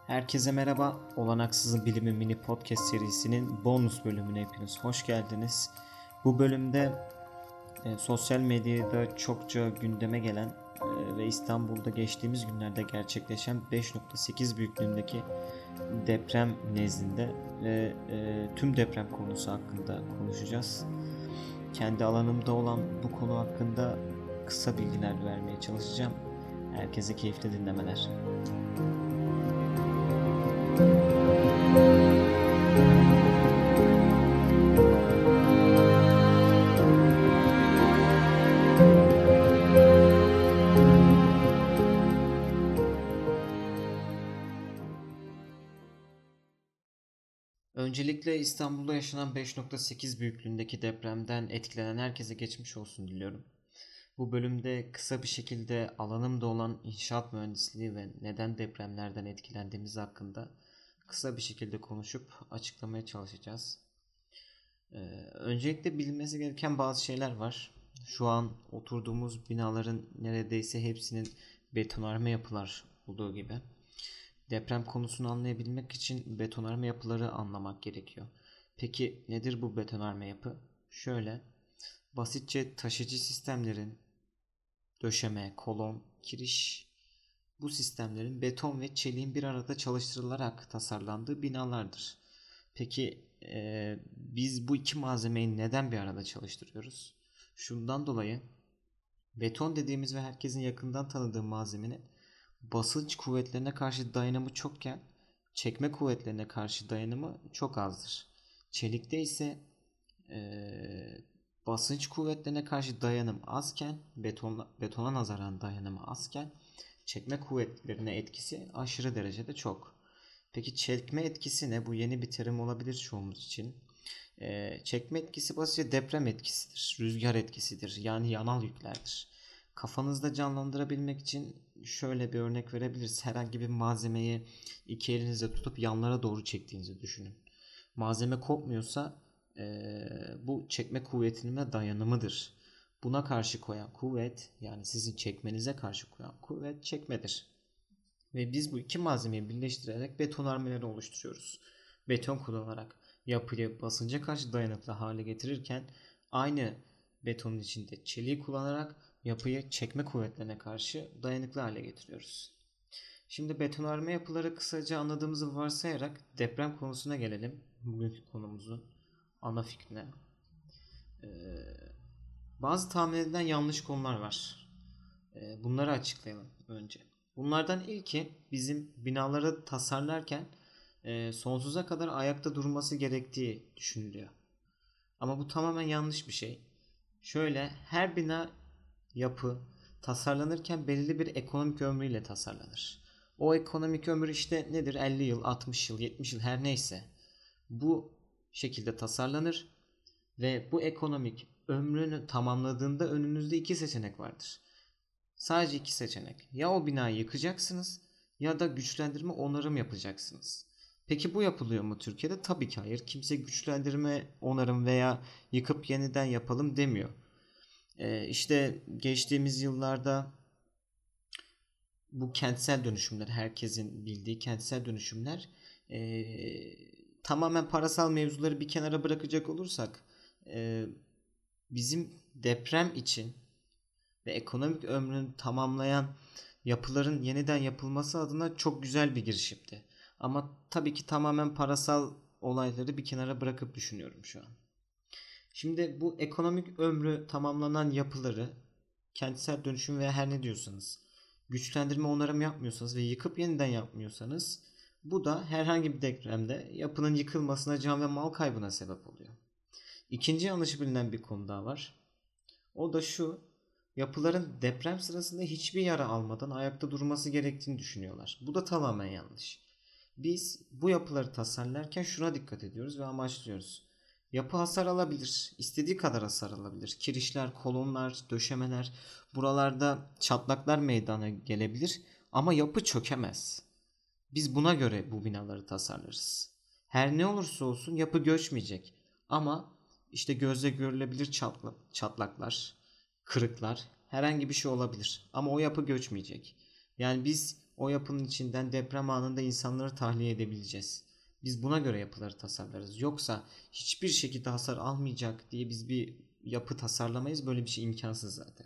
Herkese merhaba. Olanaksızın Bilimi mini podcast serisinin bonus bölümüne hepiniz hoş geldiniz. Bu bölümde sosyal medyada çokça gündeme gelen ve İstanbul'da geçtiğimiz günlerde gerçekleşen 5.8 büyüklüğündeki deprem nezdinde ve tüm deprem konusu hakkında konuşacağız. Kendi alanımda olan bu konu hakkında kısa bilgiler vermeye çalışacağım. Herkese keyifli dinlemeler. Öncelikle İstanbul'da yaşanan 5.8 büyüklüğündeki depremden etkilenen herkese geçmiş olsun diliyorum. Bu bölümde kısa bir şekilde alanımda olan inşaat mühendisliği ve neden depremlerden etkilendiğimiz hakkında kısa bir şekilde konuşup açıklamaya çalışacağız. Öncelikle bilinmesi gereken bazı şeyler var. Şu an oturduğumuz binaların neredeyse hepsinin betonarme yapılar olduğu gibi. Deprem konusunu anlayabilmek için betonarme yapıları anlamak gerekiyor. Peki nedir bu betonarme yapı? Şöyle, basitçe taşıcı sistemlerin döşeme, kolon, kiriş, bu sistemlerin beton ve çeliğin bir arada çalıştırılarak tasarlandığı binalardır. Peki biz bu iki malzemeyi neden bir arada çalıştırıyoruz? Şundan dolayı beton dediğimiz ve herkesin yakından tanıdığı malzemenin basınç kuvvetlerine karşı dayanımı çokken çekme kuvvetlerine karşı dayanımı çok azdır. Çelikte ise basınç kuvvetlerine karşı dayanım azken, betona nazaran dayanımı azken çekme kuvvetlerine etkisi aşırı derecede çok. Peki çekme etkisi ne? Bu yeni bir terim olabilir çoğumuz için. Çekme etkisi basitçe deprem etkisidir, rüzgar etkisidir, yani yanal yüklerdir. Kafanızda canlandırabilmek için şöyle bir örnek verebiliriz. Herhangi bir malzemeyi iki elinizle tutup yanlara doğru çektiğinizi düşünün. Malzeme kopmuyorsa bu çekme kuvvetinin ve dayanımıdır. Buna karşı koyan kuvvet, yani sizin çekmenize karşı koyan kuvvet çekmedir. Ve biz bu iki malzemeyi birleştirerek betonarmeleri oluşturuyoruz. Beton kullanarak yapıyı basınca karşı dayanıklı hale getirirken aynı betonun içinde çeliği kullanarak yapıyı çekme kuvvetlerine karşı dayanıklı hale getiriyoruz. Şimdi betonarme yapıları kısaca anladığımızı varsayarak deprem konusuna gelelim. Bugünkü konumuzun ana fikrine. Bazı tahmin edilen yanlış konular var. Bunları açıklayalım önce. Bunlardan ilki bizim binaları tasarlarken sonsuza kadar ayakta durması gerektiği düşünülüyor. Ama bu tamamen yanlış bir şey. Şöyle, her bina yapı tasarlanırken belirli bir ekonomik ömrüyle tasarlanır. O ekonomik ömür işte nedir? 50 yıl, 60 yıl, 70 yıl her neyse. Bu şekilde tasarlanır ve bu ekonomik ömrünü tamamladığında önünüzde iki seçenek vardır. Sadece iki seçenek. Ya o binayı yıkacaksınız ya da güçlendirme onarım yapacaksınız. Peki bu yapılıyor mu Türkiye'de? Tabii ki hayır. Kimse güçlendirme, onarım veya yıkıp yeniden yapalım demiyor. İşte geçtiğimiz yıllarda bu kentsel dönüşümler, herkesin bildiği kentsel dönüşümler, tamamen parasal mevzuları bir kenara bırakacak olursak bizim deprem için ve ekonomik ömrünü tamamlayan yapıların yeniden yapılması adına çok güzel bir girişimdi. Ama tabii ki tamamen parasal olayları bir kenara bırakıp düşünüyorum şu an. Şimdi bu ekonomik ömrü tamamlanan yapıları kentsel dönüşüm veya her ne diyorsanız güçlendirme onarım yapmıyorsanız ve yıkıp yeniden yapmıyorsanız bu da herhangi bir depremde yapının yıkılmasına, can ve mal kaybına sebep oluyor. İkinci yanlış bilinen bir konu daha var. O da şu: yapıların deprem sırasında hiçbir yara almadan ayakta durması gerektiğini düşünüyorlar. Bu da tamamen yanlış. Biz bu yapıları tasarlarken şuna dikkat ediyoruz ve amaçlıyoruz. Yapı hasar alabilir, istediği kadar hasar alabilir. Kirişler, kolonlar, döşemeler, buralarda çatlaklar meydana gelebilir ama yapı çökemez. Biz buna göre bu binaları tasarlarız. Her ne olursa olsun yapı göçmeyecek. Ama işte gözle görülebilir çatlaklar, kırıklar, herhangi bir şey olabilir. Ama o yapı göçmeyecek. Yani biz O yapının içinden deprem anında insanları tahliye edebileceğiz. Biz buna göre yapıları tasarlarız. Yoksa hiçbir şekilde hasar almayacak diye biz bir yapı tasarlamayız. Böyle bir şey imkansız zaten.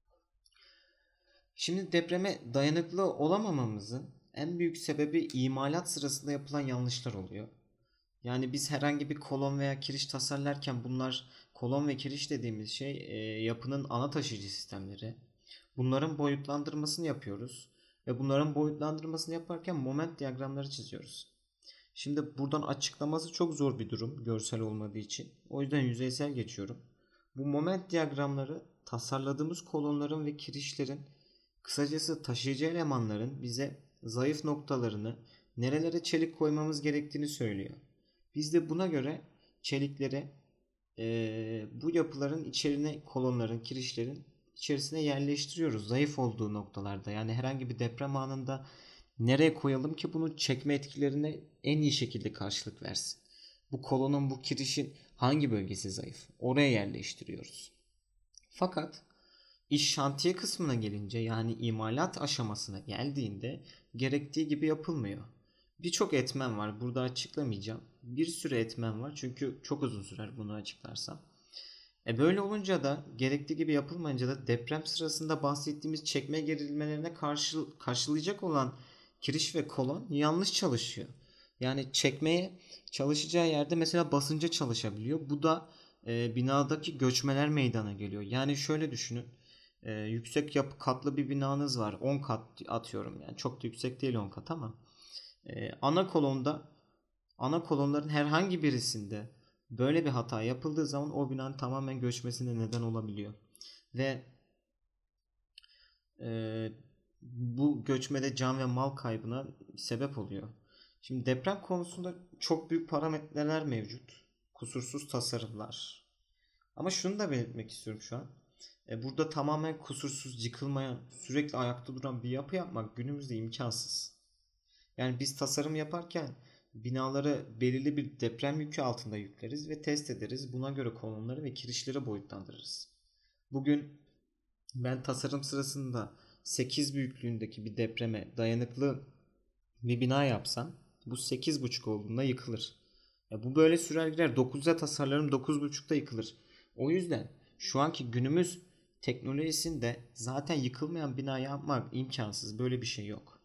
Şimdi depreme dayanıklı olamamamızın en büyük sebebi imalat sırasında yapılan yanlışlar oluyor. Yani biz herhangi bir kolon veya kiriş tasarlarken bunlar kolon ve kiriş dediğimiz şey yapının ana taşıyıcı sistemleri. Bunların boyutlandırmasını yapıyoruz. Ve bunların boyutlandırmasını yaparken moment diyagramları çiziyoruz. Şimdi buradan açıklaması çok zor bir durum görsel olmadığı için. O yüzden yüzeysel geçiyorum. Bu moment diyagramları tasarladığımız kolonların ve kirişlerin, kısacası taşıyıcı elemanların bize zayıf noktalarını, nerelere çelik koymamız gerektiğini söylüyor. Biz de buna göre çelikleri bu yapıların içerine, kolonların, kirişlerin içerisine yerleştiriyoruz. Zayıf olduğu noktalarda, yani herhangi bir deprem anında nereye koyalım ki bunu çekme etkilerine en iyi şekilde karşılık versin. Bu kolonun, bu kirişin hangi bölgesi zayıf? Oraya yerleştiriyoruz. Fakat iş şantiye kısmına gelince, yani imalat aşamasına geldiğinde gerektiği gibi yapılmıyor. Birçok etmen var. Burada açıklamayacağım. Bir sürü etmen var. Çünkü çok uzun sürer bunu açıklarsam. Böyle olunca da gerektiği gibi yapılmayınca da deprem sırasında bahsettiğimiz çekme gerilmelerine karşılayacak olan kiriş ve kolon yanlış çalışıyor. Yani çekmeye çalışacağı yerde mesela basınca çalışabiliyor. Bu da binadaki göçmeler meydana geliyor. Yani şöyle düşünün. Yüksek yapı katlı bir binanız var. 10 kat atıyorum, yani çok da yüksek değil 10 kat ama ana kolonda, ana kolonların herhangi birisinde böyle bir hata yapıldığı zaman o binanın tamamen göçmesine neden olabiliyor. Ve bu göçmede can ve mal kaybına sebep oluyor. Şimdi deprem konusunda çok büyük parametreler mevcut. Kusursuz tasarımlar. Ama şunu da belirtmek istiyorum şu an. Burada tamamen kusursuz, yıkılmayan, sürekli ayakta duran bir yapı yapmak günümüzde imkansız. Yani biz tasarım yaparken binaları belirli bir deprem yükü altında yükleriz ve test ederiz. Buna göre kolonları ve kirişleri boyutlandırırız. Bugün ben tasarım sırasında 8 büyüklüğündeki bir depreme dayanıklı bir bina yapsam, bu 8,5 olduğunda yıkılır. Bu böyle sürer gider. 9'da tasarlarım, 9,5'da yıkılır. O yüzden şu anki günümüz teknolojisinde zaten yıkılmayan bina yapmak imkansız. Böyle bir şey yok.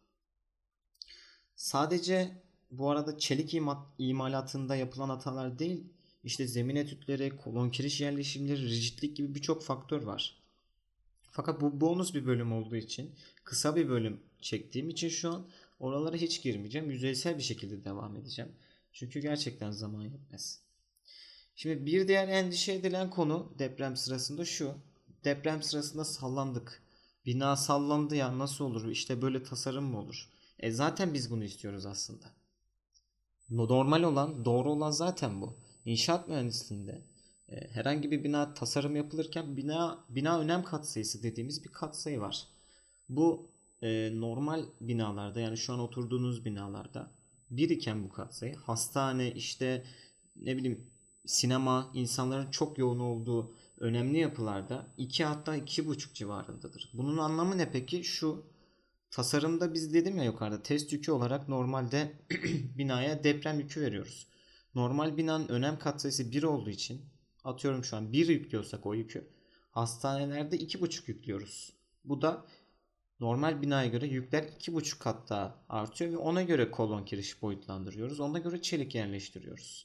Sadece bu arada çelik imalatında yapılan hatalar değil, işte zemin etütleri, kolon kiriş yerleşimleri, rigidlik gibi birçok faktör var. Fakat bu bonus bir bölüm olduğu için, kısa bir bölüm çektiğim için şu an oralara hiç girmeyeceğim. Yüzeysel bir şekilde devam edeceğim. Çünkü gerçekten zaman yetmez. Şimdi bir diğer endişe edilen konu deprem sırasında şu. Deprem sırasında sallandık. Bina sallandı ya, nasıl olur? İşte böyle tasarım mı olur? Zaten biz bunu istiyoruz aslında. Normal olan, doğru olan zaten bu. İnşaat mühendisliğinde herhangi bir bina tasarım yapılırken bina önem katsayısı dediğimiz bir katsayı var. Bu normal binalarda, yani şu an oturduğunuz binalarda bir iken bu katsayı, hastane, işte ne bileyim sinema, insanların çok yoğun olduğu önemli yapılarda 2 hatta 2,5 civarındadır. Bunun anlamı ne peki? Şu: tasarımda biz dedim ya yukarıda, test yükü olarak normalde binaya deprem yükü veriyoruz. Normal binanın önem katsayısı 1 olduğu için, atıyorum şu an 1 yüklüyorsak o yükü, hastanelerde 2,5 yüklüyoruz. Bu da normal binaya göre yükler 2,5 kat daha artıyor ve ona göre kolon kiriş boyutlandırıyoruz. Ona göre çelik yerleştiriyoruz.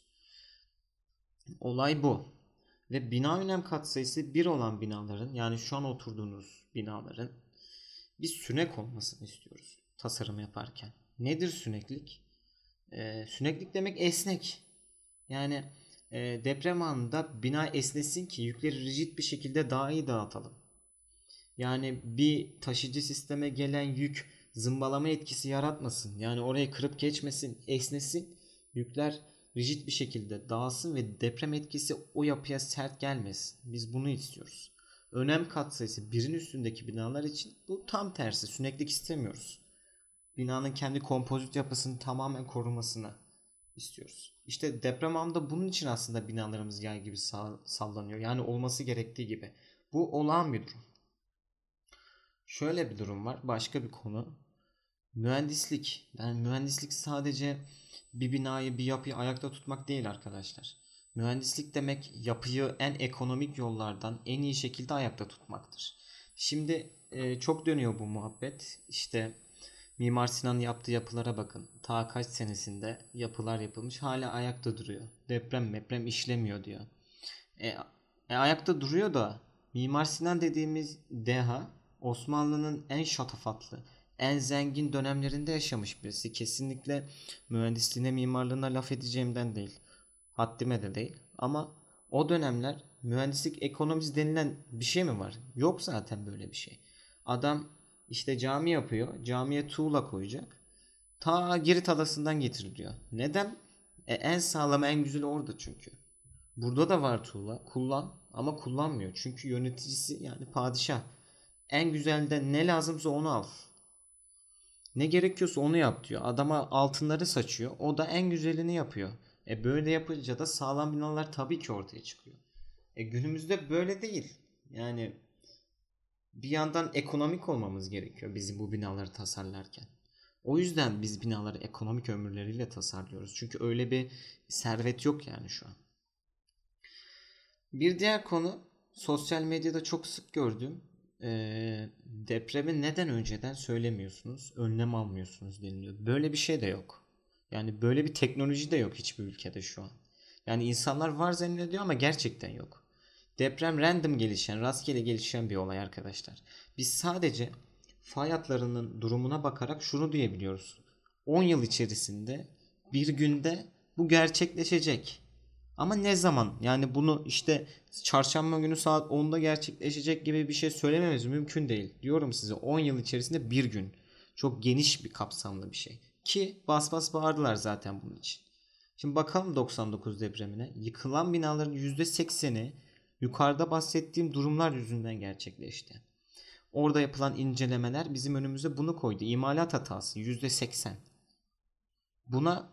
Olay bu. Ve bina önem katsayısı 1 olan binaların, yani şu an oturduğunuz binaların bir sünek olmasını istiyoruz tasarım yaparken. Nedir süneklik? Süneklik demek esnek. Yani deprem anında bina esnesin ki yükleri rigid bir şekilde daha iyi dağıtalım. Yani bir taşıcı sisteme gelen yük zımbalama etkisi yaratmasın. Yani orayı kırıp geçmesin, esnesin. Yükler rigid bir şekilde dağılsın ve deprem etkisi o yapıya sert gelmesin. Biz bunu istiyoruz. Önem katsayısı birin üstündeki binalar için bu tam tersi. Süneklik istemiyoruz. Binanın kendi kompozit yapısını tamamen korumasını istiyoruz. İşte deprem anında bunun için aslında binalarımız yay gibi sallanıyor. Yani olması gerektiği gibi. Bu olağan bir durum. Şöyle bir durum var. Başka bir konu. Mühendislik. Yani mühendislik sadece bir binayı, bir yapıyı ayakta tutmak değil arkadaşlar. Mühendislik demek yapıyı en ekonomik yollardan en iyi şekilde ayakta tutmaktır. Şimdi çok dönüyor bu muhabbet. İşte Mimar Sinan'ın yaptığı yapılara bakın. Ta kaç senesinde yapılar yapılmış hala ayakta duruyor. Deprem işlemiyor diyor. E, ayakta duruyor da Mimar Sinan dediğimiz deha Osmanlı'nın en şatafatlı, en zengin dönemlerinde yaşamış birisi. Kesinlikle mühendisliğine, mimarlığına laf edeceğimden değil. Haddime de değil. Ama o dönemler mühendislik ekonomisi denilen bir şey mi var? Yok zaten böyle bir şey. Adam işte cami yapıyor. Camiye tuğla koyacak. Ta Girit adasından getiriliyor. Neden? En sağlam, en güzeli orada çünkü. Burada da var tuğla. Kullan ama kullanmıyor. Çünkü yöneticisi yani padişah. En güzelden ne lazımsa onu al. Ne gerekiyorsa onu yap diyor. Adama altınları saçıyor. O da en güzelini yapıyor. Böyle yapınca da sağlam binalar tabii ki ortaya çıkıyor. Günümüzde böyle değil. Yani bir yandan ekonomik olmamız gerekiyor bizim bu binaları tasarlarken. O yüzden biz binaları ekonomik ömürleriyle tasarlıyoruz. Çünkü öyle bir servet yok yani şu an. Bir diğer konu sosyal medyada çok sık gördüğüm depremi neden önceden söylemiyorsunuz, önlem almıyorsunuz deniliyor. Böyle bir şey de yok. Yani böyle bir teknoloji de yok hiçbir ülkede şu an. Yani insanlar var zannediyor ama gerçekten yok. Deprem random gelişen, rastgele gelişen bir olay arkadaşlar. Biz sadece fay hatlarının durumuna bakarak şunu diyebiliyoruz. 10 yıl içerisinde bir günde bu gerçekleşecek. Ama ne zaman? Yani bunu işte çarşamba günü saat 10'da gerçekleşecek gibi bir şey söylememiz mümkün değil. Diyorum size 10 yıl içerisinde bir gün. Çok geniş bir kapsamlı bir şey. Ki bas bas bağırdılar zaten bunun için. Şimdi bakalım 99 depremine. Yıkılan binaların %80'i yukarıda bahsettiğim durumlar yüzünden gerçekleşti. Orada yapılan incelemeler bizim önümüze bunu koydu. İmalat hatası %80. Buna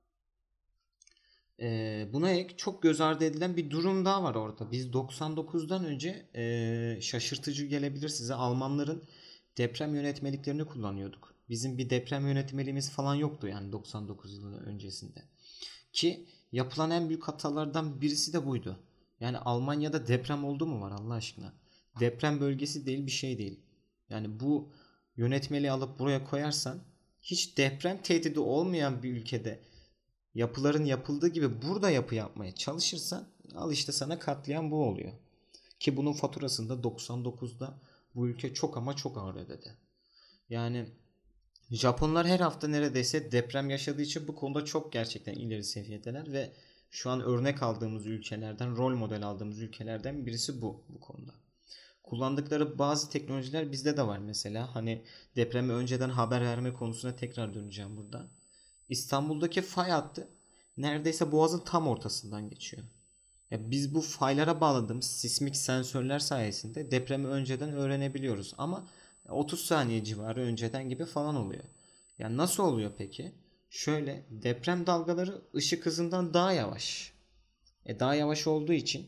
buna ek çok göz ardı edilen bir durum daha var orada. Biz 99'dan önce şaşırtıcı gelebilir size Almanların deprem yönetmeliklerini kullanıyorduk. Bizim bir deprem yönetmeliğimiz falan yoktu yani 99 yılı öncesinde. Ki yapılan en büyük hatalardan birisi de buydu. Yani Almanya'da deprem oldu mu var Allah aşkına? Deprem bölgesi değil bir şey değil. Yani bu yönetmeliği alıp buraya koyarsan hiç deprem tehdidi olmayan bir ülkede yapıların yapıldığı gibi burada yapı yapmaya çalışırsan al işte sana katliam bu oluyor. Ki bunun faturasında 99'da bu ülke çok ama çok ağır ödedi. Yani Japonlar her hafta neredeyse deprem yaşadığı için bu konuda çok gerçekten ileri seviyedeler ve şu an örnek aldığımız ülkelerden, rol model aldığımız ülkelerden birisi bu konuda. Kullandıkları bazı teknolojiler bizde de var mesela. Hani depremi önceden haber verme konusuna tekrar döneceğim burada. İstanbul'daki fay hattı neredeyse Boğaz'ın tam ortasından geçiyor. Ya biz bu faylara bağladığımız sismik sensörler sayesinde depremi önceden öğrenebiliyoruz ama 30 saniye civarı önceden gibi falan oluyor. Ya nasıl oluyor peki? Şöyle deprem dalgaları ışık hızından daha yavaş. Daha yavaş olduğu için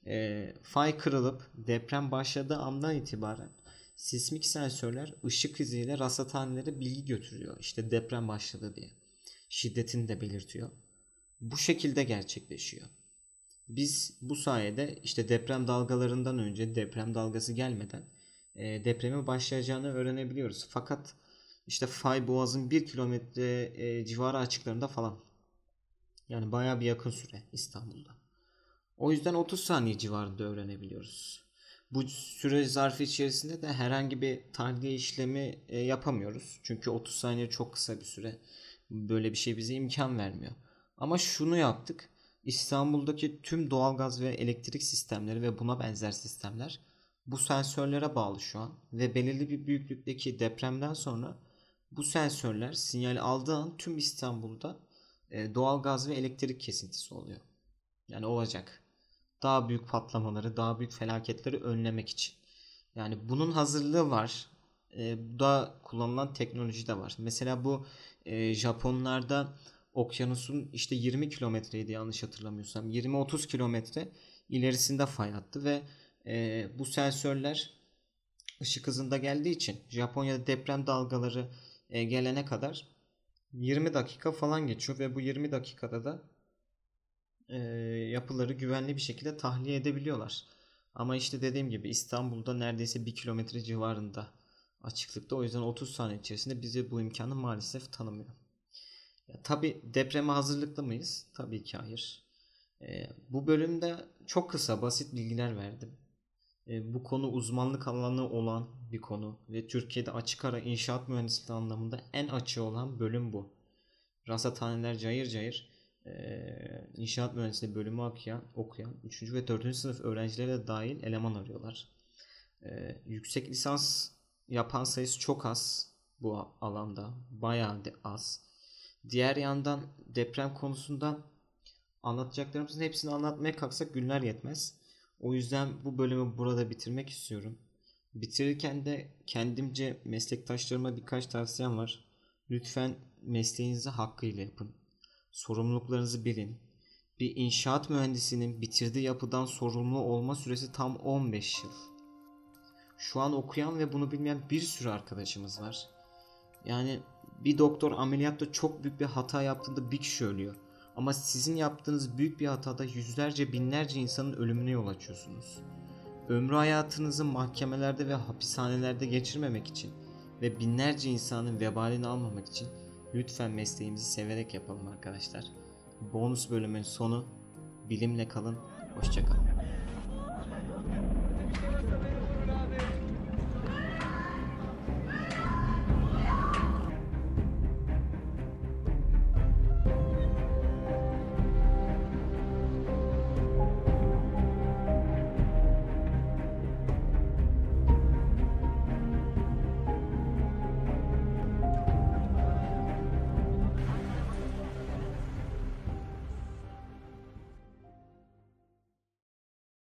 fay kırılıp deprem başladığı andan itibaren sismik sensörler ışık hızıyla rasathanelere bilgi götürüyor. İşte deprem başladı diye. Şiddetini de belirtiyor. Bu şekilde gerçekleşiyor. Biz bu sayede işte deprem dalgalarından önce deprem dalgası gelmeden depremin başlayacağını öğrenebiliyoruz. Fakat işte fay boğazın 1 kilometre civarı açıklarında falan. Yani baya bir yakın süre İstanbul'da. O yüzden 30 saniye civarında öğrenebiliyoruz. Bu süre zarfı içerisinde de herhangi bir tahliye işlemi yapamıyoruz. Çünkü 30 saniye çok kısa bir süre. Böyle bir şey bize imkan vermiyor. Ama şunu yaptık. İstanbul'daki tüm doğalgaz ve elektrik sistemleri ve buna benzer sistemler bu sensörlere bağlı şu an. Ve belirli bir büyüklükteki depremden sonra bu sensörler sinyal aldığı an tüm İstanbul'da doğalgaz ve elektrik kesintisi oluyor. Yani olacak. Daha büyük patlamaları, daha büyük felaketleri önlemek için. Yani bunun hazırlığı var. Bu da kullanılan teknoloji de var. Mesela bu Japonlarda okyanusun işte 20 kilometreydi yanlış hatırlamıyorsam. 20-30 kilometre ilerisinde fay hattı ve bu sensörler ışık hızında geldiği için Japonya'da deprem dalgaları gelene kadar 20 dakika falan geçiyor ve bu 20 dakikada da yapıları güvenli bir şekilde tahliye edebiliyorlar. Ama işte dediğim gibi İstanbul'da neredeyse 1 kilometre civarında açıklıkta. O yüzden 30 saniye içerisinde bize bu imkanı maalesef tanımıyor. Ya, tabii depreme hazırlıklı mıyız? Tabii ki hayır. Bu bölümde çok kısa basit bilgiler verdim. Bu konu uzmanlık alanı olan bir konu ve Türkiye'de açık ara inşaat mühendisliği anlamında en açığı olan bölüm bu. Rasathaneler cayır cayır inşaat mühendisliği bölümü okuyan 3. ve 4. sınıf öğrencileri de dahil eleman arıyorlar. Yüksek lisans yapan sayısı çok az bu alanda. Bayağı az. Diğer yandan deprem konusundan anlatacaklarımızın hepsini anlatmaya kalksak günler yetmez. O yüzden bu bölümü burada bitirmek istiyorum. Bitirirken de kendimce meslektaşlarıma birkaç tavsiyem var. Lütfen mesleğinizi hakkıyla yapın. Sorumluluklarınızı bilin. Bir inşaat mühendisinin bitirdiği yapıdan sorumlu olma süresi tam 15 yıl. Şu an okuyan ve bunu bilmeyen bir sürü arkadaşımız var. Yani bir doktor ameliyatta çok büyük bir hata yaptığında bir kişi ölüyor. Ama sizin yaptığınız büyük bir hatada yüzlerce binlerce insanın ölümüne yol açıyorsunuz. Ömrü hayatınızı mahkemelerde ve hapishanelerde geçirmemek için ve binlerce insanın vebalini almamak için lütfen mesleğimizi severek yapalım arkadaşlar. Bonus bölümün sonu. Bilimle kalın. Hoşça kalın.